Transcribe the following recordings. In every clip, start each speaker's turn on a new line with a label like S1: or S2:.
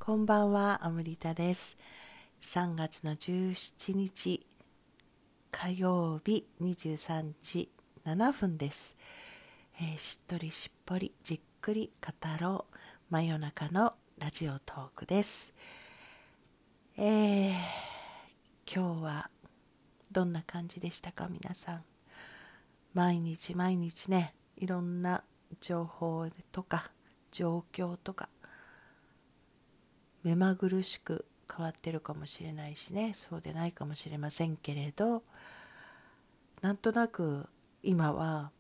S1: こんばんは、アムリタです。3月の17日火曜日23時7分です。しっとりしっぽりじっくり語ろう真夜中のラジオトークです。今日はどんな感じでしたか皆さん。毎日毎日ね、いろんな情報とか状況とか目まぐるしく変わってるかもしれないしね、そうでないかもしれませんけれど、なんとなく今は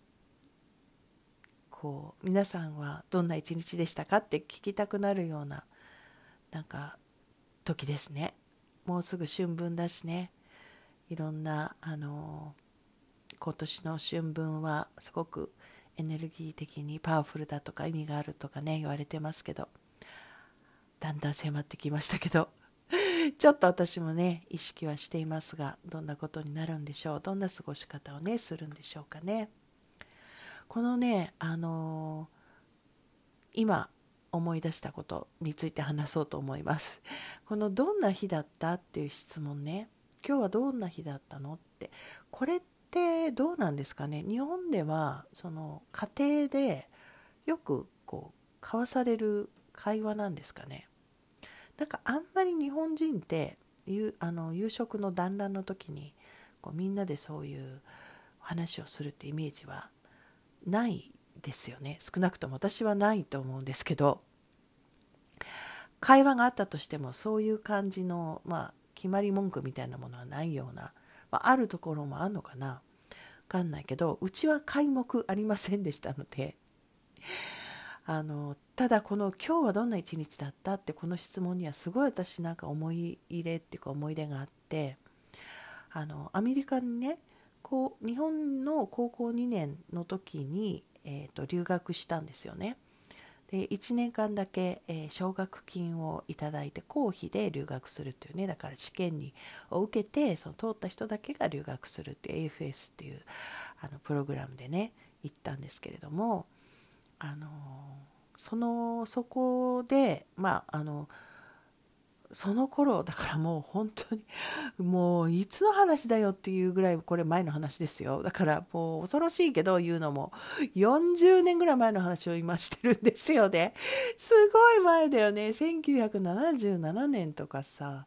S1: 皆さんはどんな一日でしたかって聞きたくなるような時ですね。もうすぐ春分だしね、いろんな今年の春分はすごくエネルギー的にパワフルだとか意味があるとかね言われてますけど、だんだん迫ってきましたけどちょっと私もね意識はしていますが、どんなことになるんでしょう。どんな過ごし方をねするんでしょうかね。このね今思い出したことについて話そうと思います。このどんな日だったっていう質問ね、今日はどんな日だったのって、これってどうなんですかね。日本ではその家庭でよく交わされる会話なんですかね。あんまり日本人って夕食の団らんの時にみんなでそういう話をするってイメージはないですよね。少なくとも私はないと思うんですけど、会話があったとしてもそういう感じの、決まり文句みたいなものはないような、あるところもあるのかな、わかんないけど、うちは皆目ありませんでしたので、ただこの今日はどんな一日だったってこの質問にはすごい私思い入れっていうか思い出があって、アメリカにね日本の高校2年の時に、留学したんですよね。で1年間だけ、奨学金をいただいて公費で留学するというね、だから試験を受けてその通った人だけが留学するっていう AFS っていうプログラムでね行ったんですけれども、そこでその頃だからもう本当にもういつの話だよっていうぐらい、これ前の話ですよ。だからもう恐ろしいけど言うのも40年ぐらい前の話を今してるんですよね。すごい前だよね。1977年とかさ、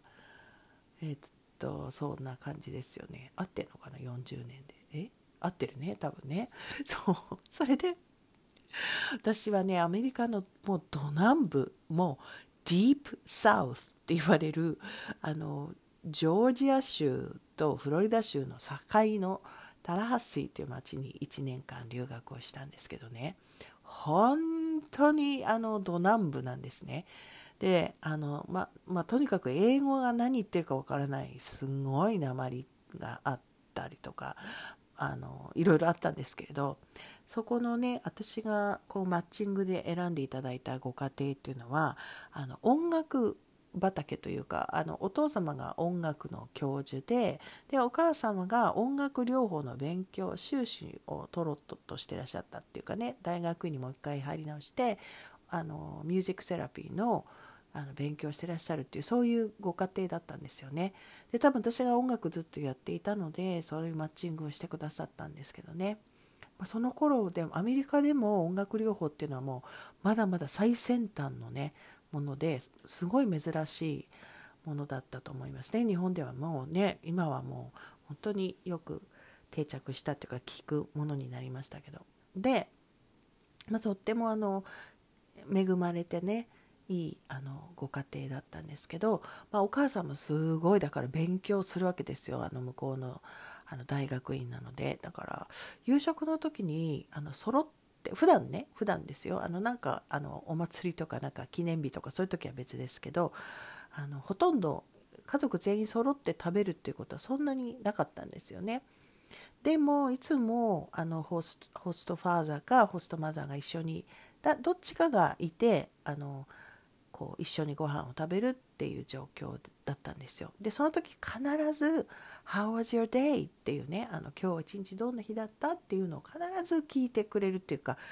S1: そんな感じですよね。合ってんのかな、40年で。合ってるね多分ね。それで私はねアメリカのもうど南部、もうディープサウスって言われるジョージア州とフロリダ州の境のタラハッシーっていう町に1年間留学をしたんですけどね、本当にど南部なんですね。でとにかく英語が何言ってるかわからないすごい訛りがあったりとかいろいろあったんですけれど、そこのね私がマッチングで選んでいただいたご家庭っていうのは音楽畑というか、お父様が音楽の教授でお母様が音楽療法の勉強修士を取ろうとしてらっしゃったっていうかね、大学にもう一回入り直してミュージックセラピーの勉強してらっしゃるっていう、そういうご家庭だったんですよね。で多分私が音楽ずっとやっていたのでそういうマッチングをしてくださったんですけどね、その頃でもアメリカでも音楽療法っていうのはもうまだまだ最先端のねものですごい珍しいものだったと思いますね。日本ではもうね今はもう本当によく定着したっていうか聞くものになりましたけど、で、とっても恵まれてねいいご家庭だったんですけど、お母さんもすごいだから勉強するわけですよ。向こうの大学院なので、だから夕食の時に揃って普段ですよ。お祭りとか記念日とかそういう時は別ですけど、ほとんど家族全員揃って食べるっていうことはそんなになかったんですよね。でもいつもホストファーザーかホストマザーが一緒にどっちかがいて一緒にご飯を食べるっていう状況だったんですよ。でその時必ず「How was your day?」っていうね今日一日どんな日だったっていうのを必ず聞いてくれるっていうか、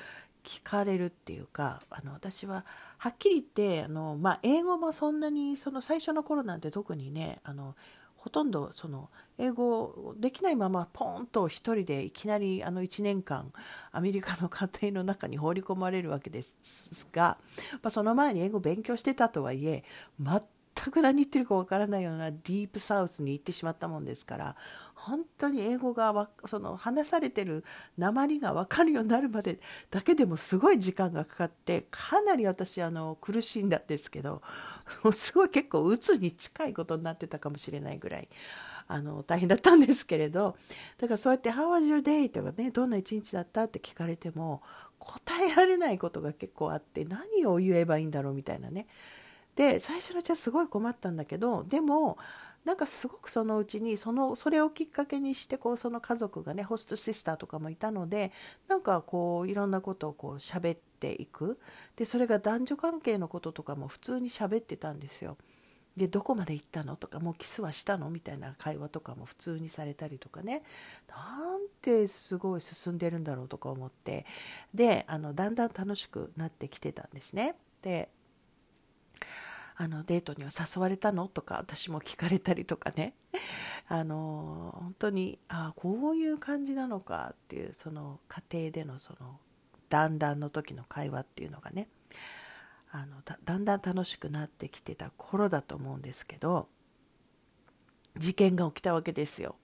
S1: 聞かれるっていうか、私ははっきり言って英語もそんなにその最初の頃なんて特にねほとんどその英語できないままポンと一人でいきなり1年間アメリカの家庭の中に放り込まれるわけですが、その前に英語を勉強してたとはいえ全く何言ってるかわからないようなディープサウスに行ってしまったもんですから、本当に英語がその話されてる訛りが分かるようになるまでだけでもすごい時間がかかって、かなり私苦しんだんですけど、すごい結構鬱に近いことになってたかもしれないぐらい大変だったんですけれど、だからそうやって「How was your day?」とかね、どんな一日だったって聞かれても答えられないことが結構あって、何を言えばいいんだろうみたいなね。で最初のうちはすごい困ったんだけど、でもなんかすごくそのうちにそれをきっかけにしてその家族がね、ホストシスターとかもいたので、なんかいろんなことを喋っていく。でそれが男女関係のこととかも普通に喋ってたんですよ。でどこまで行ったのとか、もうキスはしたのみたいな会話とかも普通にされたりとかね、なんてすごい進んでるんだろうとか思って、でだんだん楽しくなってきてたんですね。でデートには誘われたのとか私も聞かれたりとかね、本当にこういう感じなのかっていう、その家庭でのその団らんの時の会話っていうのがね、だんだん楽しくなってきてた頃だと思うんですけど、事件が起きたわけですよ。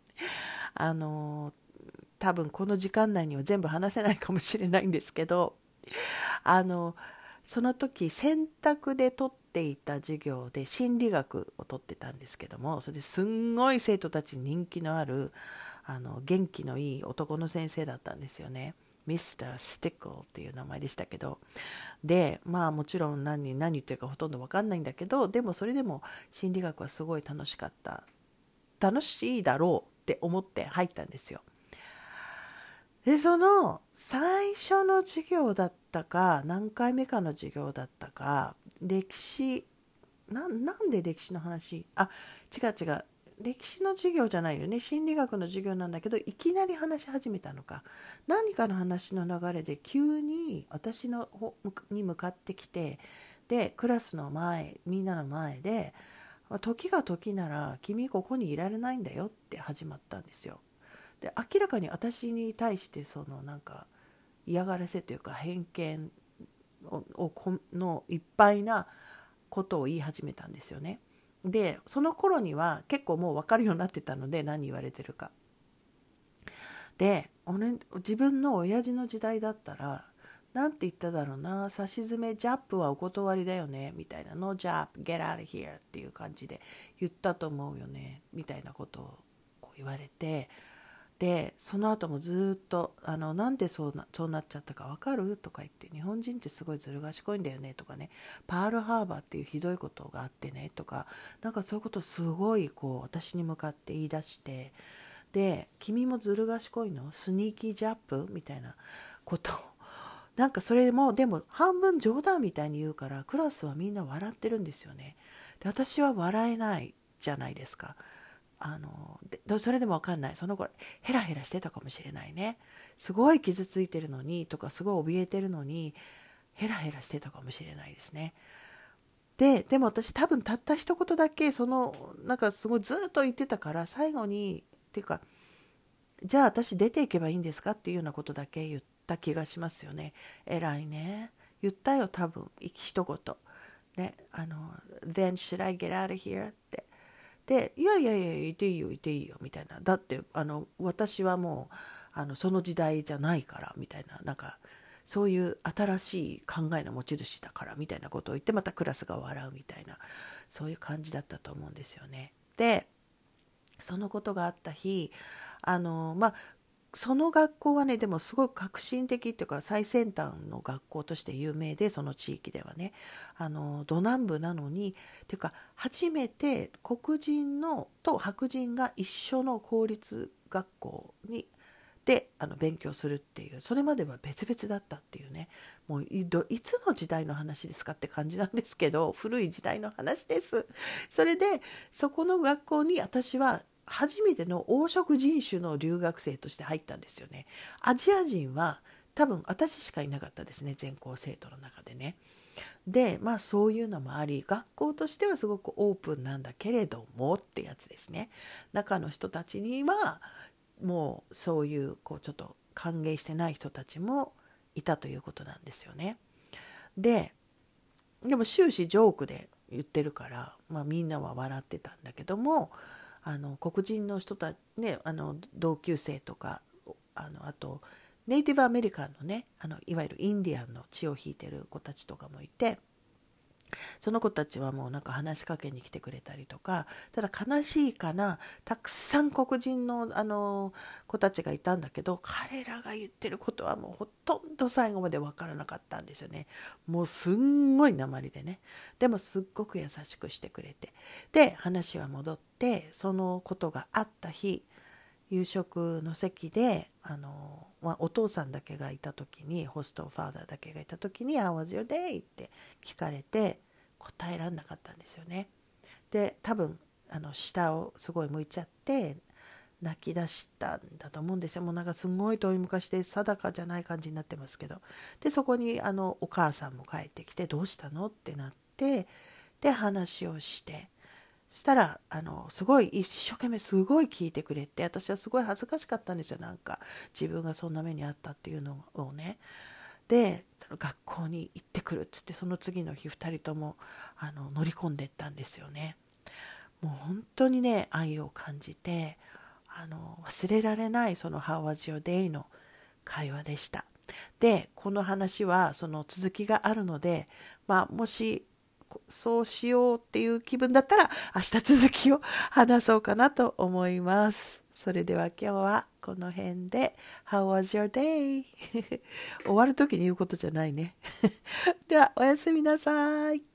S1: 多分この時間内には全部話せないかもしれないんですけど、その時選択で取っていた授業で心理学を取ってたんですけども、それですんごい生徒たちに人気のある元気のいい男の先生だったんですよね。ミスター・スティックルっていう名前でしたけど、でもちろん何言ってるかほとんど分かんないんだけど、でもそれでも心理学はすごい楽しかった、楽しいだろうって思って入ったんですよ。でその最初の授業だったか何回目かの授業だったか、歴史なんで歴史の話、違う歴史の授業じゃないよね、心理学の授業なんだけど、いきなり話し始めたのか何かの話の流れで急に私の方に向かってきて、でクラスの前、みんなの前で時が時なら君ここにいられないんだよって始まったんですよ。で明らかに私に対してなんか嫌がらせというか偏見のいっぱいなことを言い始めたんですよね。でその頃には結構もう分かるようになってたので、何言われてるかで、自分の親父の時代だったらなんて言っただろうな、さしずめジャップはお断りだよねみたいな、のジャップ get out of here っていう感じで言ったと思うよねみたいなことを言われて、でその後もずっとなんでそうなっちゃったか分かるとか言って、日本人ってすごいずる賢いんだよねとかね、パールハーバーっていうひどいことがあってねとか、なんかそういうことをすごい私に向かって言い出して、で君もずる賢いのスニーキージャップみたいなことをなんかそれもでも半分冗談みたいに言うから、クラスはみんな笑ってるんですよね。で私は笑えないじゃないですか。それでも分かんない、その頃ヘラヘラしてたかもしれないね。すごい傷ついてるのにとか、すごい怯えてるのにヘラヘラしてたかもしれないですね。でも私多分たった一言だけなんかすごいずっと言ってたから、最後にっていうか、じゃあ私出ていけばいいんですかっていうようなことだけ言った気がしますよね。偉いね、言ったよ多分一言ね。Then should I get out of here って。でいやいていいよみたいな、だって私はもうその時代じゃないからみたいな、なんかそういう新しい考えの持ち主だからみたいなことを言って、またクラスが笑うみたいな、そういう感じだったと思うんですよね。でそのことがあった日、その学校はね、でもすごく革新的っていうか最先端の学校として有名で、その地域ではね、ど南部なのにっていうか、初めて黒人と白人が一緒の公立学校で勉強するっていう、それまでは別々だったっていうね、もういつの時代の話ですかって感じなんですけど、古い時代の話です。それでそこの学校に私は初めての黄色人種の留学生として入ったんですよね。アジア人は多分私しかいなかったですね、全校生徒の中でね。でそういうのもあり、学校としてはすごくオープンなんだけれどもってやつですね。中の人たちにはもうそういうちょっと歓迎してない人たちもいたということなんですよね。でも終始ジョークで言ってるから、みんなは笑ってたんだけども、黒人の人たちね、同級生とかあとネイティブアメリカンのね、いわゆるインディアンの血を引いてる子たちとかもいて、その子たちはもうなんか話しかけに来てくれたりとか、ただ悲しいかな、たくさん黒人の子たちがいたんだけど、彼らが言ってることはもうほとんど最後まで分からなかったんですよね。もうすんごい訛りでね。でもすっごく優しくしてくれて、で話は戻って、そのことがあった日、夕食の席でお父さんだけがいた時に、ホストファーダーだけがいた時に「How was your day?」って聞かれて答えられなかったんですよね。で多分下をすごい向いちゃって泣き出したんだと思うんですよ。もうなんかすごい遠い昔で定かじゃない感じになってますけど、でそこにお母さんも帰ってきて「どうしたの?」ってなって、で話をして、したらすごい一生懸命すごい聞いてくれて、私はすごい恥ずかしかったんですよ。なんか自分がそんな目にあったっていうのをね。で学校に行ってくるっつって、その次の日2人とも乗り込んでったんですよね。もう本当にね愛を感じて、忘れられないその How was your day の会話でした。でこの話はその続きがあるので、もしそうしようっていう気分だったら明日続きを話そうかなと思います。それでは今日はこの辺で How was your day? 終わる時に言うことじゃないね。ではおやすみなさい。